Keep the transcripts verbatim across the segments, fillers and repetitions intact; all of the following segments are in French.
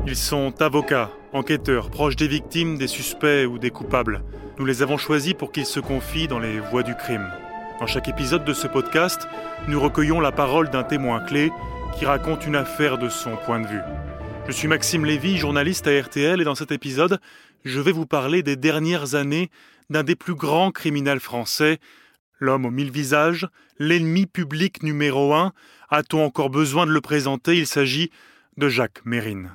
Ils sont avocats, enquêteurs, proches des victimes, des suspects ou des coupables. Nous les avons choisis pour qu'ils se confient dans les voies du crime. Dans chaque épisode de ce podcast, nous recueillons la parole d'un témoin clé qui raconte une affaire de son point de vue. Je suis Maxime Lévy, journaliste à R T L, et dans cet épisode, je vais vous parler des dernières années d'un des plus grands criminels français, l'homme aux mille visages, l'ennemi public numéro un. A-t-on encore besoin de le présenter? Il s'agit de Jacques Mérine.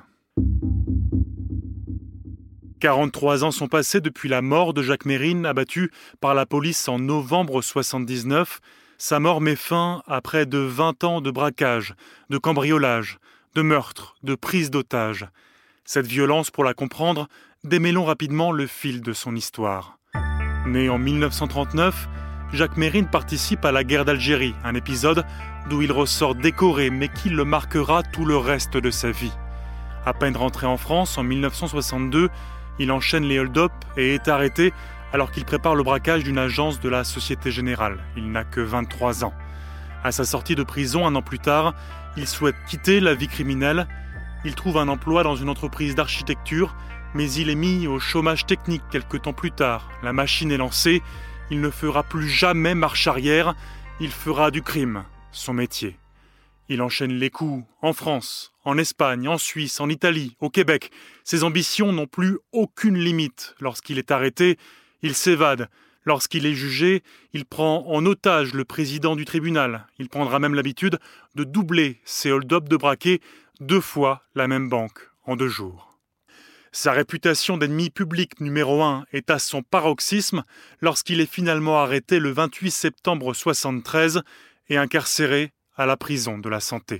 quarante-trois ans sont passés depuis la mort de Jacques Mérine, abattu par la police en novembre soixante-dix-neuf. Sa mort met fin à près de vingt ans de braquage, de cambriolage, de meurtre, de prise d'otage. Cette violence, pour la comprendre, démêlons rapidement le fil de son histoire. Né en mille neuf cent trente-neuf, Jacques Mérine participe à la guerre d'Algérie, un épisode d'où il ressort décoré mais qui le marquera tout le reste de sa vie. À peine rentré en France en mille neuf cent soixante-deux, il enchaîne les hold-up et est arrêté alors qu'il prépare le braquage d'une agence de la Société Générale. Il n'a que vingt-trois ans. À sa sortie de prison un an plus tard, il souhaite quitter la vie criminelle. Il trouve un emploi dans une entreprise d'architecture, mais il est mis au chômage technique quelque temps plus tard. La machine est lancée, il ne fera plus jamais marche arrière, il fera du crime son métier. Il enchaîne les coups en France, en Espagne, en Suisse, en Italie, au Québec. Ses ambitions n'ont plus aucune limite. Lorsqu'il est arrêté, il s'évade. Lorsqu'il est jugé, il prend en otage le président du tribunal. Il prendra même l'habitude de doubler ses hold-up, de braquer deux fois la même banque en deux jours. Sa réputation d'ennemi public numéro un est à son paroxysme lorsqu'il est finalement arrêté le vingt-huit septembre soixante-treize et incarcéré à la prison de la Santé.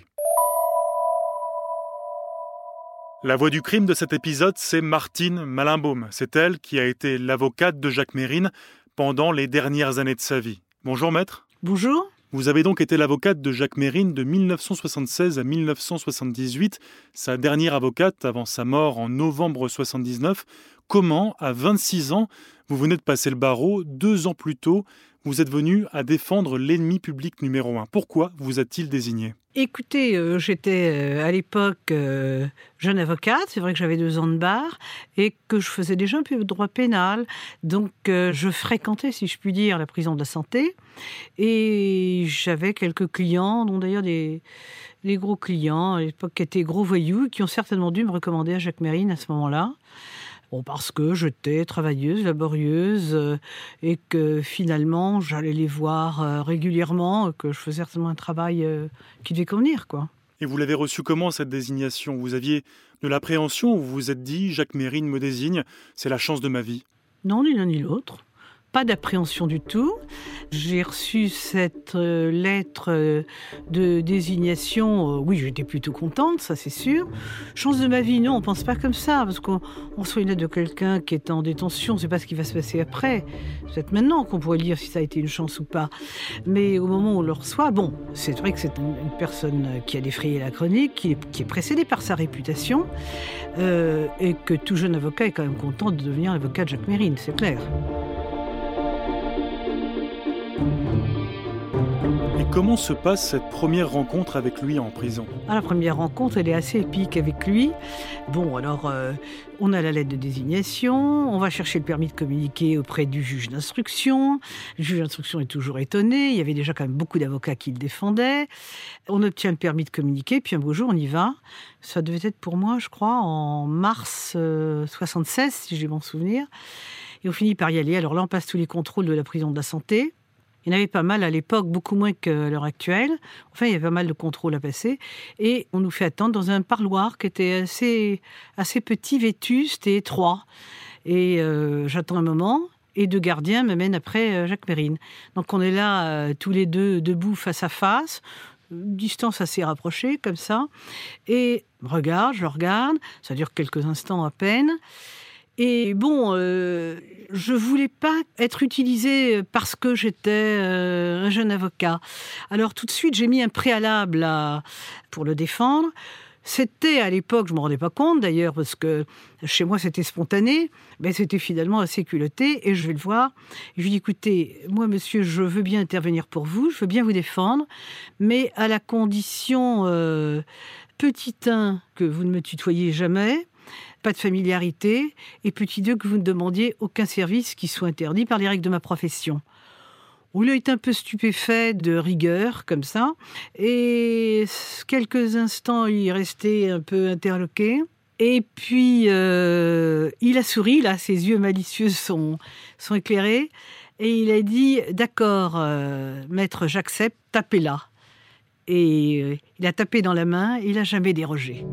La voix du crime de cet épisode, c'est Martine Malinbaume. C'est elle qui a été l'avocate de Jacques Mérine pendant les dernières années de sa vie. Bonjour maître. Bonjour. Vous avez donc été l'avocate de Jacques Mérine de mille neuf cent soixante-seize à mille neuf cent soixante-dix-huit, sa dernière avocate avant sa mort en novembre soixante-dix-neuf. Comment, à vingt-six ans, vous venez de passer le barreau, deux ans plus tôt, vous êtes venu à défendre l'ennemi public numéro un. Pourquoi vous a-t-il désigné ? Écoutez, euh, j'étais euh, à l'époque euh, jeune avocate, c'est vrai que j'avais deux ans de barre et que je faisais déjà un peu de droit pénal. Donc euh, je fréquentais, si je puis dire, la prison de la Santé et j'avais quelques clients, dont d'ailleurs des, des gros clients à l'époque qui étaient gros voyous, qui ont certainement dû me recommander à Jacques Mérine à ce moment-là. Bon, parce que j'étais travailleuse, laborieuse euh, et que finalement j'allais les voir euh, régulièrement, que je faisais certainement un travail euh, qui devait convenir, quoi. Et vous l'avez reçu comment, cette désignation ? Vous aviez de l'appréhension ou vous vous êtes dit « Jacques Mérine me désigne, c'est la chance de ma vie » ? Non, ni l'un ni l'autre. Pas d'appréhension du tout. J'ai reçu cette euh, lettre euh, de désignation. Euh, oui, j'étais plutôt contente, ça c'est sûr. Chance de ma vie, non, on pense pas comme ça, parce qu'on on reçoit une lettre de quelqu'un qui est en détention, on ne sait pas ce qui va se passer après. C'est peut-être maintenant qu'on pourrait dire si ça a été une chance ou pas. Mais au moment où on le reçoit, bon, c'est vrai que c'est une, une personne qui a défrayé la chronique, qui est, qui est précédée par sa réputation, euh, et que tout jeune avocat est quand même content de devenir l'avocat de Jacques Mérine, c'est clair. Et comment se passe cette première rencontre avec lui en prison ? Ah, la première rencontre, elle est assez épique avec lui. Bon, alors, euh, on a la lettre de désignation, on va chercher le permis de communiquer auprès du juge d'instruction. Le juge d'instruction est toujours étonné, il y avait déjà quand même beaucoup d'avocats qui le défendaient. On obtient le permis de communiquer, puis un beau jour, on y va. Ça devait être pour moi, je crois, en mars euh, soixante-seize, si j'ai bon souvenir. Et on finit par y aller. Alors là, on passe tous les contrôles de la prison de la Santé. Il y en avait pas mal à l'époque, beaucoup moins qu'à l'heure actuelle. Enfin, il y avait pas mal de contrôles à passer. Et on nous fait attendre dans un parloir qui était assez, assez petit, vétuste et étroit. Et euh, j'attends un moment, et deux gardiens me mènent après euh, Jacques Mérine. Donc on est là, euh, tous les deux, debout face à face, distance assez rapprochée, comme ça. Et je regarde, je regarde, ça dure quelques instants à peine. Et bon, euh, je voulais pas être utilisée parce que j'étais euh, un jeune avocat. Alors tout de suite, j'ai mis un préalable à, pour le défendre. C'était à l'époque, je ne me rendais pas compte d'ailleurs, parce que chez moi c'était spontané, mais c'était finalement assez culotté, et je vais le voir. Et je lui dis, écoutez, moi monsieur, je veux bien intervenir pour vous, je veux bien vous défendre, mais à la condition... Euh, petit un, que vous ne me tutoyez jamais, pas de familiarité, et petit deux, que vous ne demandiez aucun service qui soit interdit par les règles de ma profession. Il a été un peu stupéfait de rigueur, comme ça, et quelques instants, il restait un peu interloqué. Et puis, euh, il a souri, là, ses yeux malicieux sont, sont éclairés, et il a dit « D'accord, euh, maître, j'accepte, tapez-la ». Et euh, il a tapé dans la main, il n'a jamais dérogé.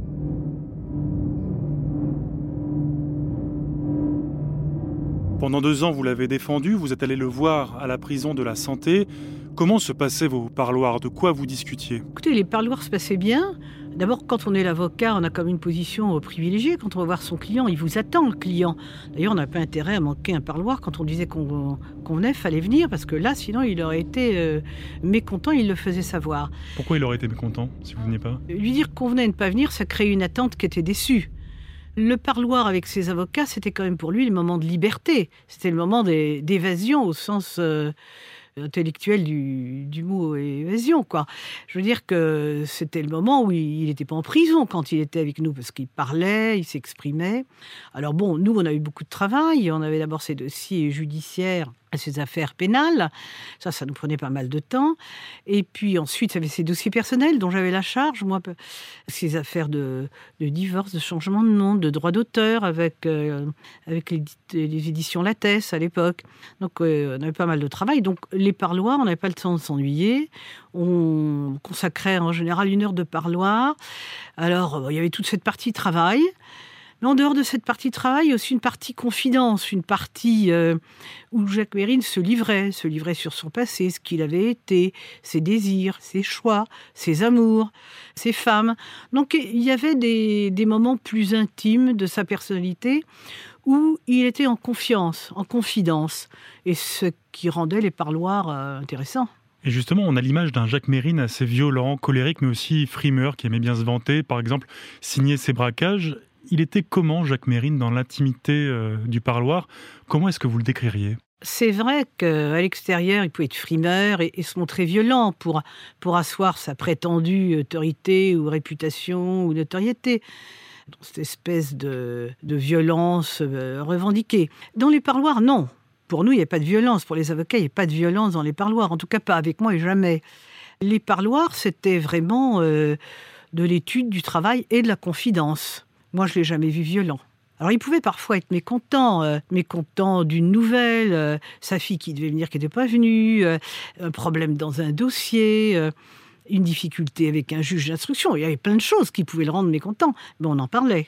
Pendant deux ans, vous l'avez défendu, vous êtes allé le voir à la prison de la Santé. Comment se passaient vos parloirs? De quoi vous discutiez? Écoutez, les parloirs se passaient bien. D'abord, quand on est l'avocat, on a comme une position privilégiée. Quand on va voir son client, il vous attend, le client. D'ailleurs, on n'a pas intérêt à manquer un parloir. Quand on disait qu'on, qu'on venait, il fallait venir, parce que là, sinon, il aurait été euh, mécontent, il le faisait savoir. Pourquoi il aurait été mécontent, si vous ne veniez pas? Lui dire qu'on venait et ne pas venir, ça créait une attente qui était déçue. Le parloir avec ses avocats, c'était quand même pour lui le moment de liberté. C'était le moment des, d'évasion au sens euh, intellectuel du, du mot évasion, quoi. Je veux dire que c'était le moment où il n'était pas en prison quand il était avec nous, parce qu'il parlait, il s'exprimait. Alors bon, nous, on a eu beaucoup de travail. On avait d'abord ces dossiers judiciaires, ces affaires pénales. Ça, ça nous prenait pas mal de temps. Et puis ensuite, il y avait ces dossiers personnels dont j'avais la charge, moi, ces affaires de, de divorce, de changement de nom, de droit d'auteur avec, euh, avec les, les éditions Lattès à l'époque. Donc, euh, on avait pas mal de travail. Donc, les parloirs, on n'avait pas le temps de s'ennuyer. On consacrait en général une heure de parloir. Alors, il y avait toute cette partie travail. Mais en dehors de cette partie travail, il y a aussi une partie confidence, une partie euh, où Jacques Mérine se livrait, se livrait sur son passé, ce qu'il avait été, ses désirs, ses choix, ses amours, ses femmes. Donc il y avait des, des moments plus intimes de sa personnalité où il était en confiance, en confidence, et ce qui rendait les parloirs euh, intéressants. Et justement, on a l'image d'un Jacques Mérine assez violent, colérique, mais aussi frimeur, qui aimait bien se vanter, par exemple, signer ses braquages. Il était comment, Jacques Mérine, dans l'intimité euh, du parloir? Comment est-ce que vous le décririez? C'est vrai qu'à l'extérieur, il pouvait être frimeur et, et se montrer violent pour, pour asseoir sa prétendue autorité ou réputation ou notoriété. Dans cette espèce de, de violence euh, revendiquée. Dans les parloirs, non. Pour nous, il n'y a pas de violence. Pour les avocats, il n'y a pas de violence dans les parloirs. En tout cas, pas avec moi et jamais. Les parloirs, c'était vraiment euh, de l'étude, du travail et de la confidence. Moi, je ne l'ai jamais vu violent. Alors, il pouvait parfois être mécontent, euh, mécontent d'une nouvelle, euh, sa fille qui devait venir qui n'était pas venue, euh, un problème dans un dossier, euh, une difficulté avec un juge d'instruction. Il y avait plein de choses qui pouvaient le rendre mécontent, mais on en parlait.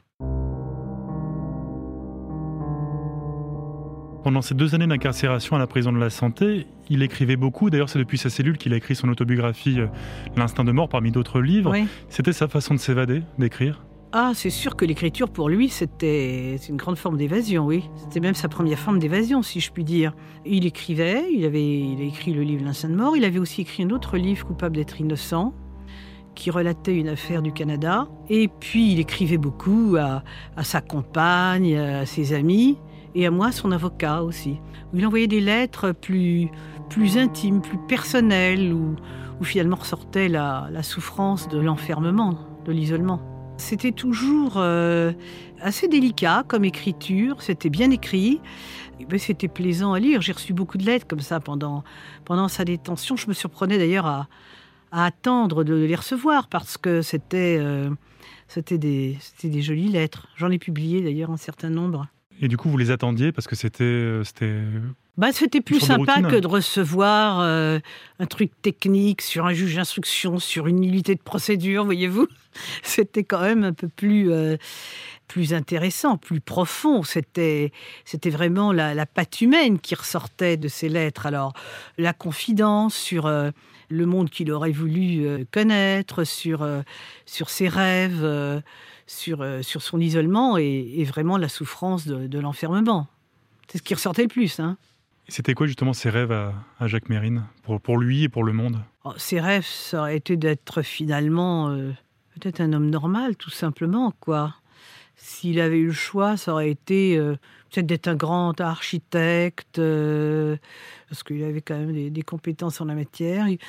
Pendant ces deux années d'incarcération à la prison de la Santé, il écrivait beaucoup. D'ailleurs, c'est depuis sa cellule qu'il a écrit son autobiographie euh, « L'instinct de mort » parmi d'autres livres. Oui. C'était sa façon de s'évader, d'écrire? Ah, c'est sûr que l'écriture, pour lui, c'était c'est une grande forme d'évasion, oui. C'était même sa première forme d'évasion, si je puis dire. Il écrivait, il, avait, il a écrit le livre « L'instinct de mort ». Il avait aussi écrit un autre livre, « Coupable d'être innocent », qui relatait une affaire du Canada. Et puis, il écrivait beaucoup à, à sa compagne, à ses amis, et à moi, son avocat aussi. Il envoyait des lettres plus, plus intimes, plus personnelles, où, où finalement ressortait la, la souffrance de l'enfermement, de l'isolement. C'était toujours euh, assez délicat comme écriture, c'était bien écrit, et ben, c'était plaisant à lire. J'ai reçu beaucoup de lettres comme ça pendant, pendant sa détention. Je me surprenais d'ailleurs à, à attendre de les recevoir parce que c'était, euh, c'était, des, c'était des jolies lettres. J'en ai publié d'ailleurs un certain nombre. Et du coup, vous les attendiez parce que c'était... c'était... Bah, c'était plus sympa que de recevoir euh, un truc technique sur un juge d'instruction, sur une nullité de procédure, voyez-vous. C'était quand même un peu plus, euh, plus intéressant, plus profond. C'était, c'était vraiment la, la patte humaine qui ressortait de ces lettres. Alors, la confidence sur euh, le monde qu'il aurait voulu euh, connaître, sur, euh, sur ses rêves, euh, sur, euh, sur son isolement et, et vraiment la souffrance de, de l'enfermement. C'est ce qui ressortait le plus, hein. C'était quoi justement ses rêves à, à Jacques Mérine, pour, pour lui et pour le monde? Oh, ses rêves, ça aurait été d'être finalement euh, peut-être un homme normal, tout simplement, quoi. S'il avait eu le choix, ça aurait été euh, peut-être d'être un grand architecte, euh, parce qu'il avait quand même des, des compétences en la matière. Il,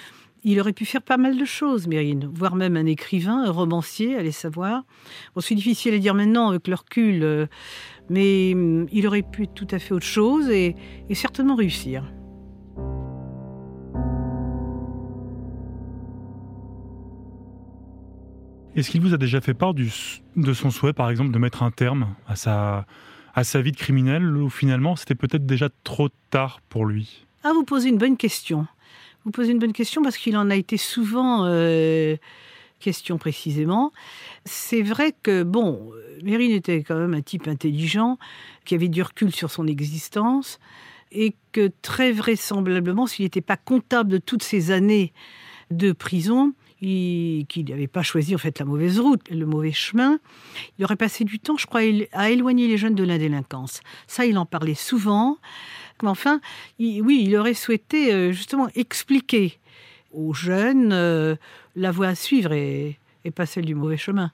Il aurait pu faire pas mal de choses, Mérine, voire même un écrivain, un romancier, allez savoir. Bon, c'est difficile à dire maintenant avec le recul, euh, mais hum, il aurait pu être tout à fait autre chose et, et certainement réussir. Est-ce qu'il vous a déjà fait part du, de son souhait, par exemple, de mettre un terme à sa, à sa vie de criminel, ou finalement c'était peut-être déjà trop tard pour lui ? Ah, vous posez une bonne question. Vous posez une bonne question parce qu'il en a été souvent euh, question précisément. C'est vrai que, bon, Mérine était quand même un type intelligent, qui avait du recul sur son existence, et que très vraisemblablement, s'il n'était pas comptable de toutes ces années de prison, il, qu'il n'avait pas choisi en fait la mauvaise route, le mauvais chemin, il aurait passé du temps, je crois, à éloigner les jeunes de la délinquance. Ça, il en parlait souvent. Mais enfin, il, oui, il aurait souhaité euh, justement expliquer aux jeunes euh, la voie à suivre et, et pas celle du mauvais chemin.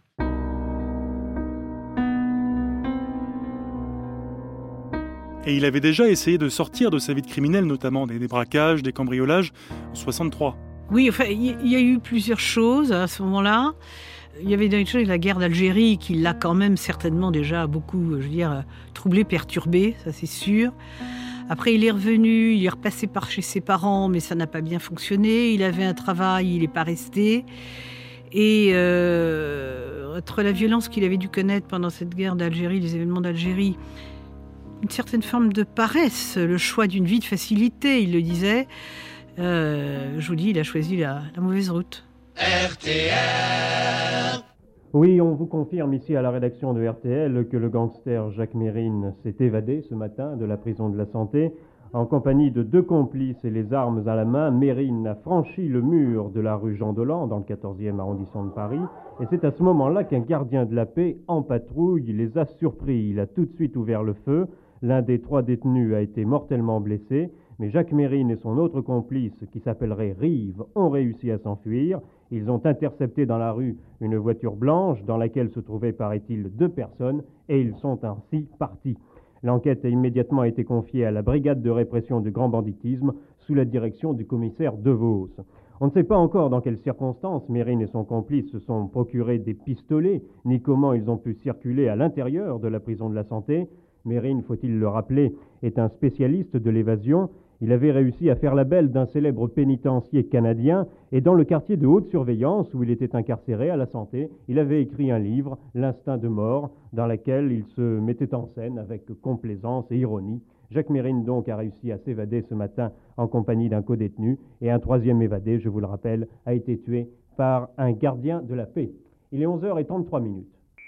Et il avait déjà essayé de sortir de sa vie de criminel, notamment des, des braquages, des cambriolages, en soixante-trois. Oui, enfin, il y a eu plusieurs choses à ce moment-là. Il y avait d'une chose, la guerre d'Algérie qui l'a quand même certainement déjà beaucoup, je veux dire, troublé, perturbé, ça c'est sûr. Après, il est revenu, il est repassé par chez ses parents, mais ça n'a pas bien fonctionné. Il avait un travail, il n'est pas resté. Et euh, entre la violence qu'il avait dû connaître pendant cette guerre d'Algérie, les événements d'Algérie, une certaine forme de paresse, le choix d'une vie de facilité, il le disait. Euh, je vous dis, il a choisi la, la mauvaise route. R T L. Oui, on vous confirme ici à la rédaction de R T L que le gangster Jacques Mérine s'est évadé ce matin de la prison de la Santé. En compagnie de deux complices et les armes à la main, Mérine a franchi le mur de la rue Jean Dolent dans le quatorzième arrondissement de Paris. Et c'est à ce moment-là qu'un gardien de la paix en patrouille les a surpris. Il a tout de suite ouvert le feu. L'un des trois détenus a été mortellement blessé. Mais Jacques Mérine et son autre complice, qui s'appellerait Rive, ont réussi à s'enfuir. Ils ont intercepté dans la rue une voiture blanche dans laquelle se trouvaient, paraît-il, deux personnes et ils sont ainsi partis. L'enquête a immédiatement été confiée à la brigade de répression du grand banditisme sous la direction du commissaire Devos. On ne sait pas encore dans quelles circonstances Mérine et son complice se sont procurés des pistolets, ni comment ils ont pu circuler à l'intérieur de la prison de la Santé. Mérine, faut-il le rappeler, est un spécialiste de l'évasion. Il avait réussi à faire la belle d'un célèbre pénitencier canadien et dans le quartier de haute surveillance où il était incarcéré à la Santé, il avait écrit un livre, L'instinct de mort, dans lequel il se mettait en scène avec complaisance et ironie. Jacques Mérine donc a réussi à s'évader ce matin en compagnie d'un codétenu et un troisième évadé, je vous le rappelle, a été tué par un gardien de la paix. Il est onze heures trente-trois minutes.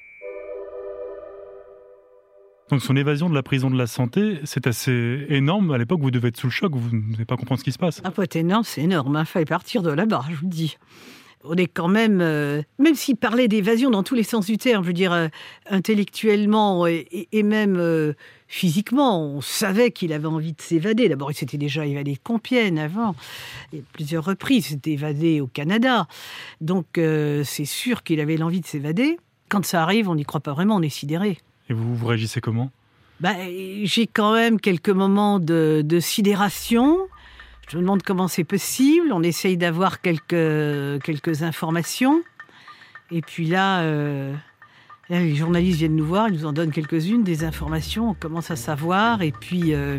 Donc son évasion de la prison de la Santé, c'est assez énorme. À l'époque, vous devez être sous le choc, vous ne devez pas comprendre ce qui se passe. Ah, pas énorme, c'est énorme. Il fallait partir de là-bas, je vous le dis. On est quand même... Euh, même s'il parlait d'évasion dans tous les sens du terme, je veux dire, euh, intellectuellement et, et, et même euh, physiquement, on savait qu'il avait envie de s'évader. D'abord, il s'était déjà évadé de Compiègne avant. Et plusieurs reprises, il s'était évadé au Canada. Donc, euh, c'est sûr qu'il avait l'envie de s'évader. Quand ça arrive, on n'y croit pas vraiment, on est sidéré. Et vous, vous réagissez comment ? Ben, j'ai quand même quelques moments de, de sidération. Je me demande comment c'est possible. On essaye d'avoir quelques, quelques informations. Et puis là, euh, là, les journalistes viennent nous voir, ils nous en donnent quelques-unes, des informations. On commence à savoir. Et puis, euh,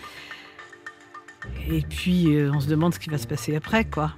et puis euh, on se demande ce qui va se passer après, quoi.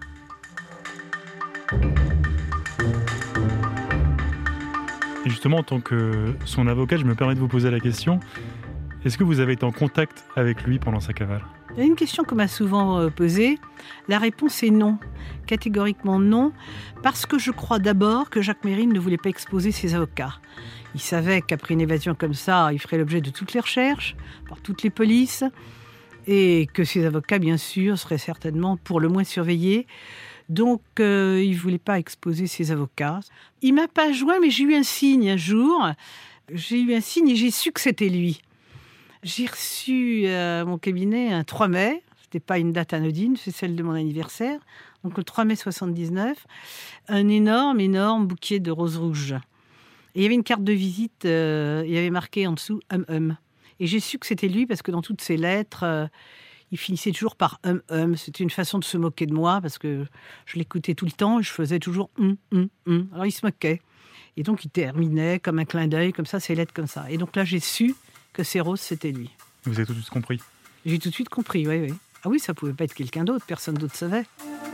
Et justement, en tant que son avocat, je me permets de vous poser la question. Est-ce que vous avez été en contact avec lui pendant sa cavale ? Il y a une question qu'on m'a souvent posée. La réponse est non. Catégoriquement non. Parce que je crois d'abord que Jacques Mérine ne voulait pas exposer ses avocats. Il savait qu'après une évasion comme ça, il ferait l'objet de toutes les recherches, par toutes les polices. Et que ses avocats, bien sûr, seraient certainement pour le moins surveillés. Donc, euh, il ne voulait pas exposer ses avocats. Il ne m'a pas joint, mais j'ai eu un signe un jour. J'ai eu un signe et j'ai su que c'était lui. J'ai reçu à mon cabinet un trois mai. Ce n'était pas une date anodine, c'est celle de mon anniversaire. Donc, le trois mai soixante-dix-neuf. Un énorme, énorme bouquet de roses rouges. Et il y avait une carte de visite, euh, il y avait marqué en dessous « Hum Hum ». Et j'ai su que c'était lui parce que dans toutes ses lettres... Euh, il finissait toujours par hum hum. C'était une façon de se moquer de moi parce que je l'écoutais tout le temps et je faisais toujours hum hum hum. Alors il se moquait. Et donc il terminait comme un clin d'œil, comme ça, ses lettres comme ça. Et donc là, j'ai su que Serros, c'était lui. Vous avez tout de suite compris? J'ai tout de suite compris, oui, oui. Ah oui, ça pouvait pas être quelqu'un d'autre, personne d'autre savait.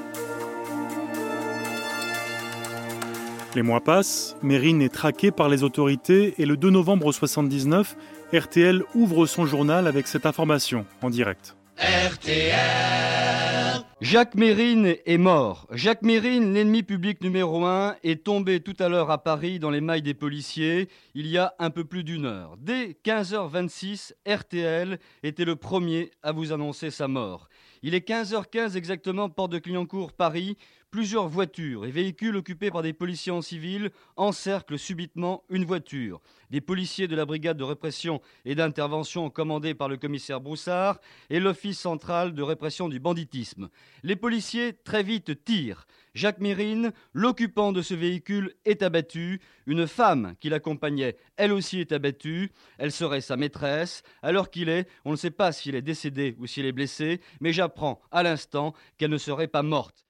Les mois passent, Mérine est traquée par les autorités et le deux novembre soixante-dix-neuf, R T L ouvre son journal avec cette information en direct. R T R. Jacques Mérine est mort. Jacques Mérine, l'ennemi public numéro un, est tombé tout à l'heure à Paris dans les mailles des policiers il y a un peu plus d'une heure. Dès quinze heures vingt-six, R T L était le premier à vous annoncer sa mort. Il est quinze heures quinze exactement, porte de Clignancourt, Paris. Plusieurs voitures et véhicules occupés par des policiers en civil encerclent subitement une voiture. Des policiers de la brigade de répression et d'intervention commandés par le commissaire Broussard et l'Office central de répression du banditisme. Les policiers très vite tirent. Jacques Mérine, l'occupant de ce véhicule, est abattu. Une femme qui l'accompagnait, elle aussi est abattue. Elle serait sa maîtresse. Alors qu'il est, on ne sait pas s'il est décédé ou s'il est blessé, mais j'apprends à l'instant qu'elle ne serait pas morte.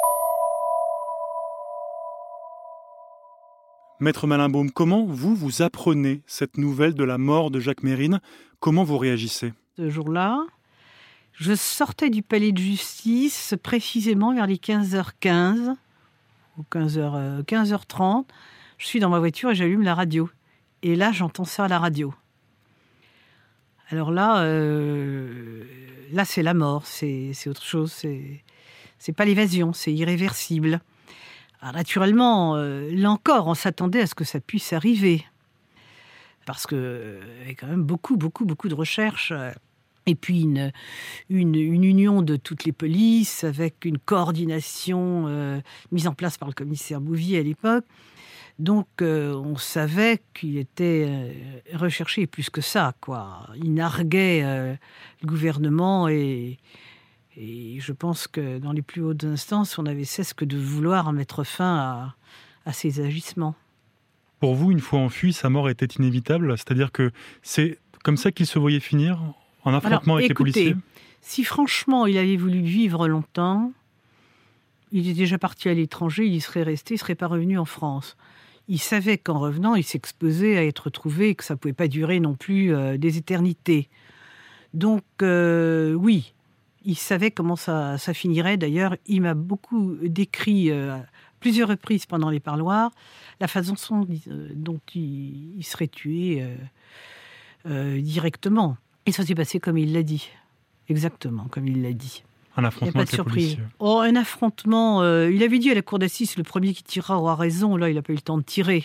Maître Malinbaum, comment vous, vous apprenez cette nouvelle de la mort de Jacques Mérine? Comment vous réagissez? Ce jour-là, je sortais du palais de justice précisément vers les quinze heures quinze ou quinze heures, quinze heures trente. Je suis dans ma voiture et j'allume la radio. Et là, j'entends ça à la radio. Alors là, euh, là c'est la mort, c'est, c'est autre chose. C'est, c'est pas l'évasion, c'est irréversible. Alors, naturellement, euh, là encore, on s'attendait à ce que ça puisse arriver. Parce qu'il euh, y avait quand même beaucoup, beaucoup, beaucoup de recherches. Et puis une, une, une union de toutes les polices avec une coordination euh, mise en place par le commissaire Bouvier à l'époque. Donc, euh, on savait qu'il était euh, recherché plus que ça, quoi. Il narguait euh, le gouvernement et... Et je pense que dans les plus hautes instances, on n'avait cesse que de vouloir mettre fin à, à ces agissements. Pour vous, une fois enfui, sa mort était inévitable? C'est-à-dire que c'est comme ça qu'il se voyait finir, en affrontement Alors, avec écoutez, les policiers? Si franchement il avait voulu vivre longtemps, il est déjà parti à l'étranger, il y serait resté, il ne serait pas revenu en France. Il savait qu'en revenant, il s'exposait à être retrouvé et que ça ne pouvait pas durer non plus euh, des éternités. Donc, euh, oui. Il savait comment ça, ça finirait. D'ailleurs, il m'a beaucoup décrit euh, à plusieurs reprises pendant les parloirs la façon euh, dont il, il serait tué euh, euh, directement. Et ça s'est passé comme il l'a dit. Exactement, comme il l'a dit. Un affrontement avec les policiers. Oh, un affrontement. Euh, il avait dit à la cour d'assises, le premier qui tirera aura raison. Là, il n'a pas eu le temps de tirer.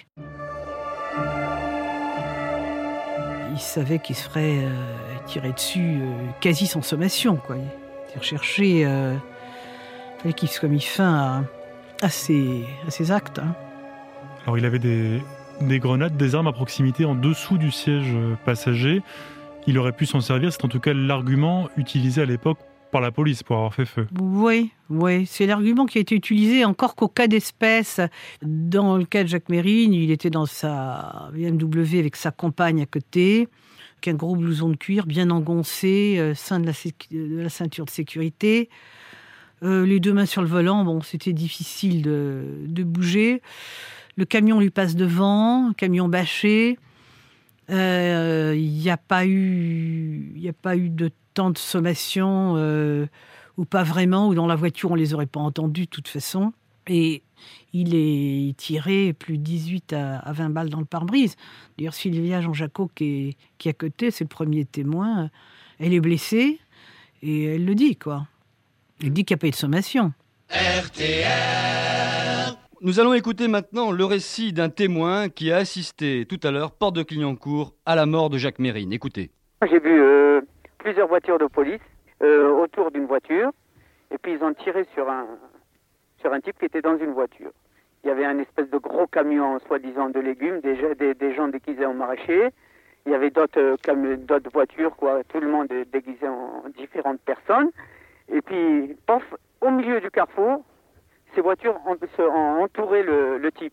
Il savait qu'il se ferait euh, tirer dessus euh, quasi sans sommation, quoi. Il recherchait, euh, il fallait qu'il soit mis fin à, à, ses, à ses actes. Hein. Alors il avait des, des grenades, des armes à proximité en dessous du siège passager. Il aurait pu s'en servir, c'est en tout cas l'argument utilisé à l'époque par la police pour avoir fait feu. Oui, oui, c'est l'argument qui a été utilisé encore qu'au cas d'espèce. Dans le cas de Jacques Mérine, il était dans sa B M W avec sa compagne à côté, avec un gros blouson de cuir bien engoncé, euh, sein de la, sécu- de la ceinture de sécurité. Euh, les deux mains sur le volant, bon, c'était difficile de, de bouger. Le camion lui passe devant, camion bâché. Il euh, n'y a pas eu, il n'y a pas eu de temps de sommation, euh, ou pas vraiment, ou dans la voiture on les aurait pas entendus de toute façon. Et il est tiré plus de dix-huit à vingt balles dans le pare-brise. D'ailleurs, Sylvia Jean-Jacot, qui est, qui est à côté, c'est le premier témoin, elle est blessée, et elle le dit, quoi. Elle dit qu'il n'y a pas eu de sommation. R T R. Nous allons écouter maintenant le récit d'un témoin qui a assisté tout à l'heure, porte de Clignancourt, à la mort de Jacques Mérine. Écoutez. J'ai vu euh, plusieurs voitures de police euh, autour d'une voiture, et puis ils ont tiré sur un, sur un type qui était dans une voiture. Il y avait un espèce de gros camion, soi-disant de légumes, des, des, des gens déguisés en maraîchers. Il y avait d'autres, euh, cam- d'autres voitures, quoi, tout le monde déguisé en différentes personnes. Et puis, pof, au milieu du carrefour, ces voitures ont, ont entouré le, le type.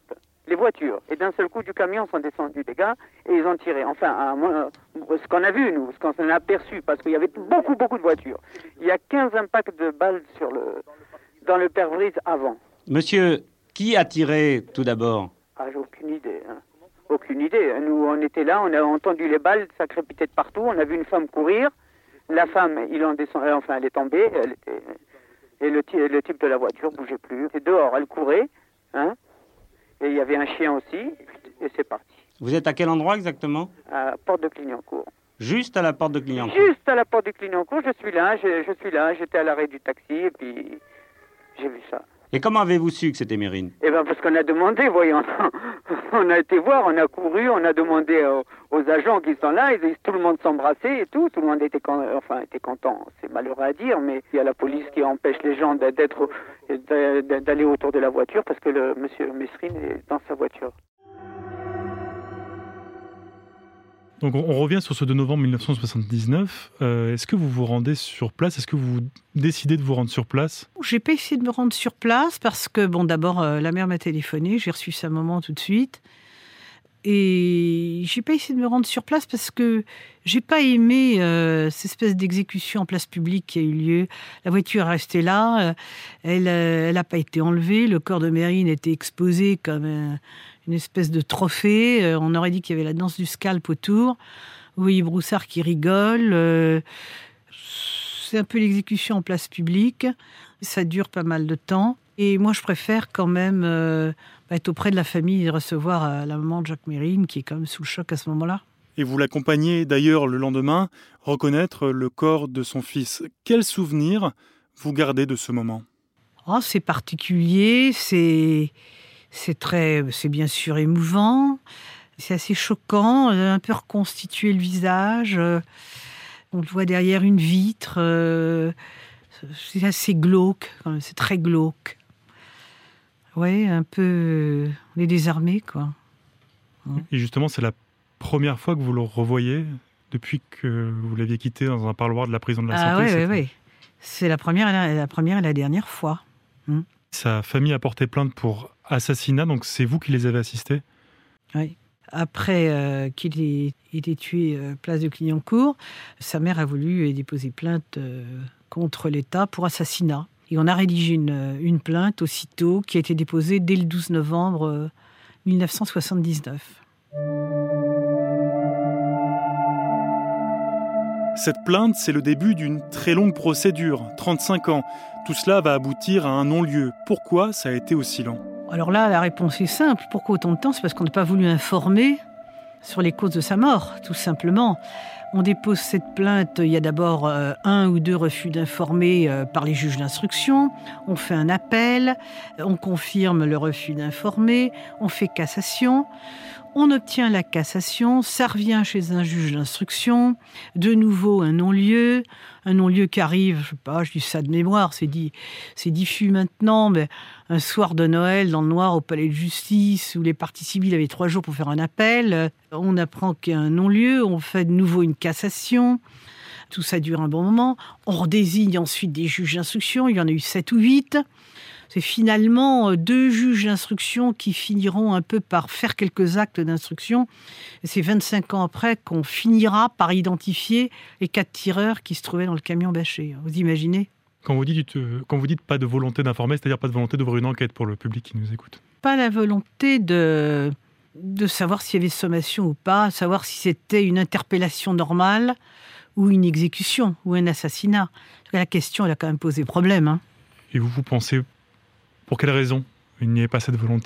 les voitures. Et d'un seul coup, du camion sont descendus des gars et ils ont tiré. Enfin, à, euh, ce qu'on a vu, nous, ce qu'on a aperçu, parce qu'il y avait beaucoup, beaucoup de voitures. Il y a quinze impacts de balles sur le, dans le pare-brise avant. Monsieur, qui a tiré tout d'abord ? Ah, j'ai aucune idée. Hein. Aucune idée. Nous, on était là, on a entendu les balles, ça crépitait de partout. On a vu une femme courir. La femme, ils ont descendu, enfin, elle est tombée. Elle était, et le, le type de la voiture ne bougeait plus. Et dehors, elle courait. Hein. Et il y avait un chien aussi, et c'est parti. Vous êtes à quel endroit exactement ? À la porte de Clignancourt. Juste à la porte de Clignancourt. Juste à la porte de Clignancourt, je suis là, je, je suis là, j'étais à l'arrêt du taxi, et puis j'ai vu ça. Et comment avez-vous su que c'était Mérine ? Eh bien, parce qu'on a demandé, voyons. On a été voir, on a couru, on a demandé aux, aux agents qui sont là, ils, tout le monde s'embrassait et tout, tout le monde était, enfin, était content, c'est malheureux à dire, mais il y a la police qui empêche les gens d'être, d'aller autour de la voiture parce que le monsieur Mesrine est dans sa voiture. Donc on revient sur ce deux novembre mille neuf cent soixante-dix-neuf. Euh, est-ce que vous vous rendez sur place ? Est-ce que vous décidez de vous rendre sur place ? J'ai pas essayé de me rendre sur place parce que, bon, d'abord, euh, la mère m'a téléphoné, j'ai reçu sa maman tout de suite. Et j'ai pas essayé de me rendre sur place parce que j'ai pas aimé euh, cette espèce d'exécution en place publique qui a eu lieu. La voiture est restée là, euh, elle euh, elle a pas été enlevée, le corps de Mérine était exposé comme euh, une espèce de trophée. Euh, on aurait dit qu'il y avait la danse du scalp autour. Vous voyez Broussard qui rigole. Euh, c'est un peu l'exécution en place publique. Ça dure pas mal de temps. Et moi, je préfère quand même euh, être auprès de la famille et recevoir euh, la maman de Jacques Mérine, qui est quand même sous le choc à ce moment-là. Et vous l'accompagnez d'ailleurs le lendemain, reconnaître le corps de son fils. Quel souvenir vous gardez de ce moment ? Oh, c'est particulier, c'est, c'est, très, c'est bien sûr émouvant, c'est assez choquant, un peu reconstituer le visage. On le voit derrière une vitre, euh, c'est assez glauque, c'est très glauque. Ouais, un peu... On est désarmé, quoi. Et justement, c'est la première fois que vous le revoyez depuis que vous l'aviez quitté dans un parloir de la prison de la ah, Santé. Ah oui, oui, oui. C'est la première, et la, la première et la dernière fois. Hum. Sa famille a porté plainte pour assassinat, donc c'est vous qui les avez assistés ? Oui. Après euh, qu'il ait été tué euh, place de Clignancourt, sa mère a voulu déposer plainte euh, contre l'État pour assassinat. Et on a rédigé une, une plainte aussitôt qui a été déposée dès le douze novembre mille neuf cent soixante-dix-neuf. Cette plainte, c'est le début d'une très longue procédure, trente-cinq ans. Tout cela va aboutir à un non-lieu. Pourquoi ça a été aussi long ? Alors là, la réponse est simple. Pourquoi autant de temps ? C'est parce qu'on n'a pas voulu informer sur les causes de sa mort, tout simplement. On dépose cette plainte, il y a d'abord euh, un ou deux refus d'informer euh, par les juges d'instruction. On fait un appel, on confirme le refus d'informer, on fait cassation. On obtient la cassation, ça revient chez un juge d'instruction, de nouveau un non-lieu, un non-lieu qui arrive, je sais pas, je dis ça de mémoire, c'est dit, c'est diffus maintenant, mais un soir de Noël dans le noir au palais de justice où les parties civiles avaient trois jours pour faire un appel, on apprend qu'il y a un non-lieu, on fait de nouveau une cassation. Tout ça dure un bon moment. On redésigne ensuite des juges d'instruction, il y en a eu sept ou huit. C'est finalement deux juges d'instruction qui finiront un peu par faire quelques actes d'instruction. Et c'est vingt-cinq ans après qu'on finira par identifier les quatre tireurs qui se trouvaient dans le camion bâché. Vous imaginez ? Quand vous dites, quand vous dites pas de volonté d'informer, c'est-à-dire pas de volonté d'ouvrir une enquête pour le public qui nous écoute ? Pas la volonté de, de savoir s'il y avait sommation ou pas, savoir si c'était une interpellation normale ou une exécution ou un assassinat. Parce que la question, elle a quand même posé problème. Hein. Et vous, vous pensez... Pour quelle raison il n'y ait pas cette volonté ?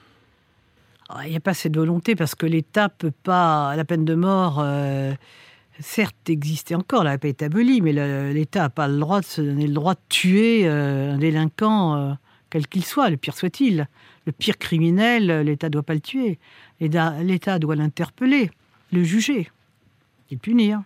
Il n'y a pas cette volonté parce que l'État peut pas... La peine de mort, euh, certes, existait encore, elle n'a pas été abolie, mais le, l'État n'a pas le droit de se donner le droit de tuer euh, un délinquant, euh, quel qu'il soit, le pire soit-il. Le pire criminel, l'État ne doit pas le tuer. L'État, l'État doit l'interpeller, le juger et le punir.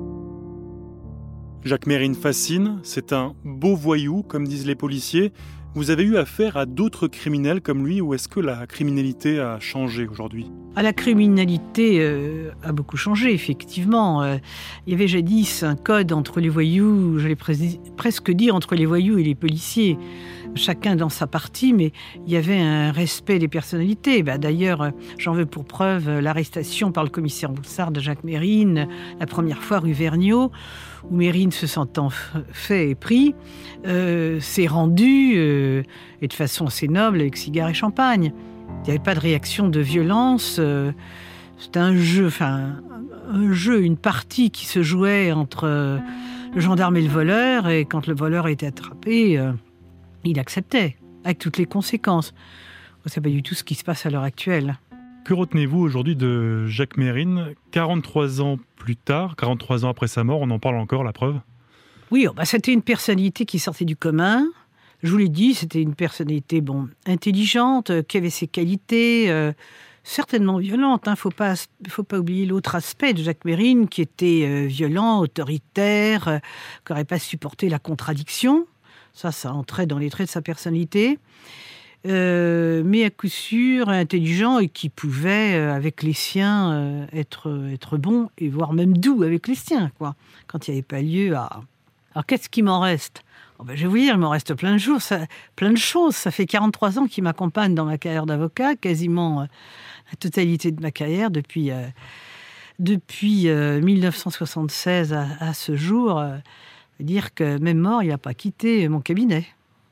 Jacques Mérine fascine, c'est un beau voyou, comme disent les policiers, Vous avez eu affaire à d'autres criminels comme lui ou est-ce que la criminalité a changé aujourd'hui ? Ah, la criminalité euh, a beaucoup changé, effectivement. Euh, il y avait jadis un code entre les voyous, j'allais pres- presque dire entre les voyous et les policiers. Chacun dans sa partie, mais il y avait un respect des personnalités. Ben, d'ailleurs, j'en veux pour preuve l'arrestation par le commissaire Boussard de Jacques Mérine, la première fois rue Vergniaud, où Mérine, se sentant fait et pris, euh, s'est rendu, euh, et de façon assez noble, avec cigares et champagne. Il n'y avait pas de réaction de violence. Euh, c'était un jeu, enfin, un jeu, une partie qui se jouait entre euh, le gendarme et le voleur, et quand le voleur était attrapé, euh, il acceptait, avec toutes les conséquences. C'est pas du tout ce qui se passe à l'heure actuelle. Que retenez-vous aujourd'hui de Jacques Mérine, quarante-trois ans plus tard, quarante-trois ans après sa mort, on en parle encore, la preuve ? Oui, oh bah, c'était une personnalité qui sortait du commun. Je vous l'ai dit, c'était une personnalité bon, intelligente, euh, qui avait ses qualités, euh, certainement violente. Il hein, ne faut pas, faut pas oublier l'autre aspect de Jacques Mérine, qui était euh, violent, autoritaire, euh, qui n'aurait pas supporté la contradiction. Ça, ça entrait dans les traits de sa personnalité. Euh, mais à coup sûr intelligent et qui pouvait, euh, avec les siens, euh, être, être bon et voire même doux avec les siens, quoi, quand il n'y avait pas lieu à... Alors, qu'est-ce qui m'en reste ? Oh ben, je vais vous dire, il m'en reste plein de choses. Ça, plein de choses. Ça fait quarante-trois ans qu'il m'accompagne dans ma carrière d'avocat, quasiment euh, la totalité de ma carrière, depuis, euh, depuis euh, dix-neuf cent soixante-seize à, à ce jour. Euh, dire que même mort, il n'a pas quitté mon cabinet.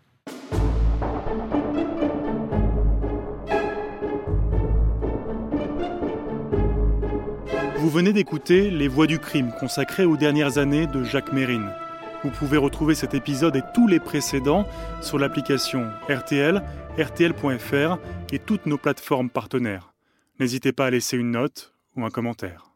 Vous venez d'écouter Les Voix du crime, consacré aux dernières années de Jacques Mérine. Vous pouvez retrouver cet épisode et tous les précédents sur l'application R T L, R T L point F R et toutes nos plateformes partenaires. N'hésitez pas à laisser une note ou un commentaire.